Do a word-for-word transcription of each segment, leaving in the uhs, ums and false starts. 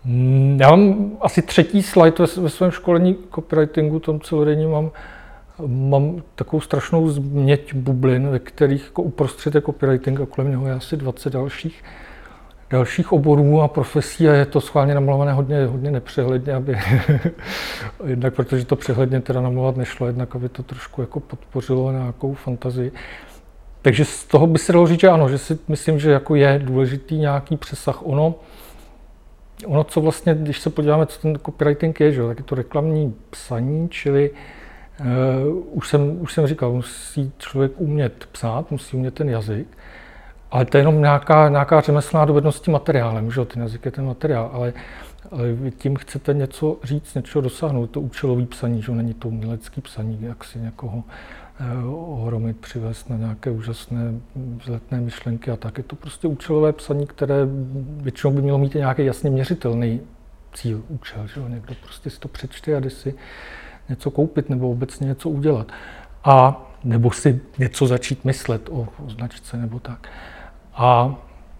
Já mám asi třetí slide ve svém školení copywritingu, tom celodenním mám, mám takovou strašnou změť bublin, ve kterých jako uprostřed je copywriting a kolem něho je asi dvacet dalších, dalších oborů a profesí a je to schválně namalované hodně, hodně nepřehledně, aby jednak protože to přehledně teda namalovat nešlo, jednak aby to trošku jako podpořilo nějakou fantazii. Takže z toho by se dalo říct, že ano, že si myslím, že jako je důležitý nějaký přesah. Ono, ono, co vlastně, když se podíváme, co ten copywriting je, že, tak je to reklamní psaní, čili uh, už, jsem, už jsem říkal, musí člověk umět psát, musí umět ten jazyk, ale to je jenom nějaká, nějaká řemeslná dovednost tím materiálem, že ten jazyk je ten materiál, ale, ale vy tím chcete něco říct, něčeho dosáhnout, to účelový psaní, že není to umělecký psaní, jak si někoho ohromit, přivést na nějaké úžasné vzletné myšlenky a tak. Je to prostě účelové psaní, které většinou by mělo mít nějaký jasně měřitelný cíl, účel, že někdo prostě si to přečte a jde si něco koupit nebo obecně něco udělat. A nebo si něco začít myslet o, o značce nebo tak. A,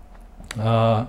a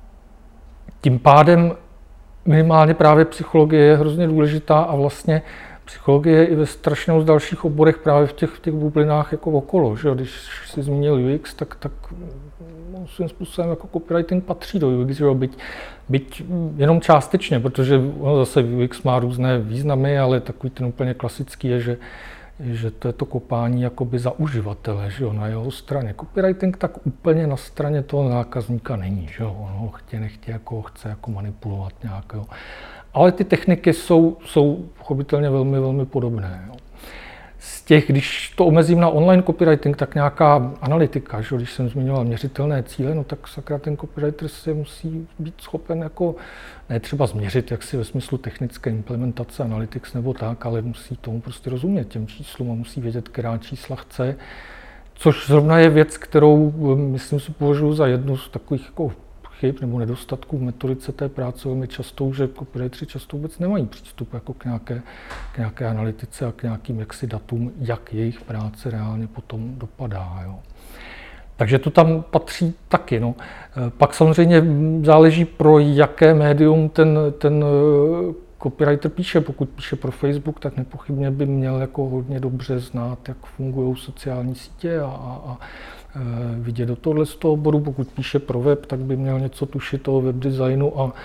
tím pádem minimálně právě psychologie je hrozně důležitá a vlastně psychologie je i ve strašně moc dalších oborech právě v těch, v těch bublinách jako okolo. Že? Když jsi zmínil U X, tak, tak svým způsobem jako copywriting patří do U X, že? Byť, byť jenom částečně, protože ono zase U X má různé významy, ale takový ten úplně klasický je, že že to je to kopání jakoby za uživatele, že jo, na jeho straně. Copywriting tak úplně na straně toho zákazníka není, že jo, on ho chtě, nechtě, jako chce jako manipulovat nějakého. Ale ty techniky jsou, jsou pochopitelně velmi, velmi podobné. Jo. Z těch, když to omezím na online copywriting, tak nějaká analytika, že? Když jsem zmiňoval měřitelné cíle, no tak sakra ten copywriter se musí být schopen jako, ne třeba změřit, jak si ve smyslu technické implementace, analytics nebo tak, ale musí tomu prostě rozumět těm číslům a musí vědět, která čísla chce, což zrovna je věc, kterou myslím si považuji za jednu z takových jako chyb nebo nedostatků v metodice té práce velmi často, že copywriteri často vůbec nemají přístup jako k nějaké, k nějaké analytice a k nějakým jaksi datům, jak jejich práce reálně potom dopadá. Jo. Takže to tam patří taky. No. Pak samozřejmě záleží, pro jaké médium ten, ten copywriter píše. Pokud píše pro Facebook, tak nepochybně by měl jako hodně dobře znát, jak fungují sociální sítě a, a, a vidět do tohle z toho oboru. Pokud píše pro web, tak by měl něco tušit o webdesignu a,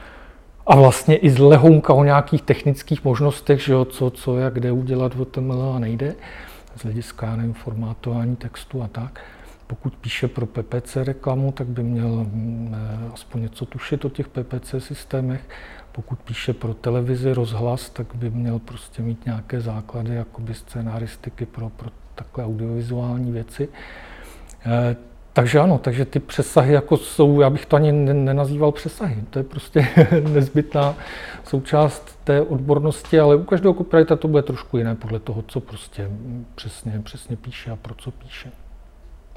a vlastně i z lehounka o nějakých technických možnostech, že jo, co, co, jak, kde udělat v H T M L a nejde, z hlediska, nevím, formátování textu a tak. Pokud píše pro P P C reklamu, tak by měl aspoň něco tušit o těch P P C systémech. Pokud píše pro televizi, rozhlas, tak by měl prostě mít nějaké základy, jakoby scénaristiky pro, pro takhle audiovizuální věci. E, takže ano, takže ty přesahy jako jsou, já bych to ani nenazýval přesahy, to je prostě nezbytná součást té odbornosti, ale u každého copywritera to bude trošku jiné podle toho, co prostě přesně, přesně píše a pro co píše.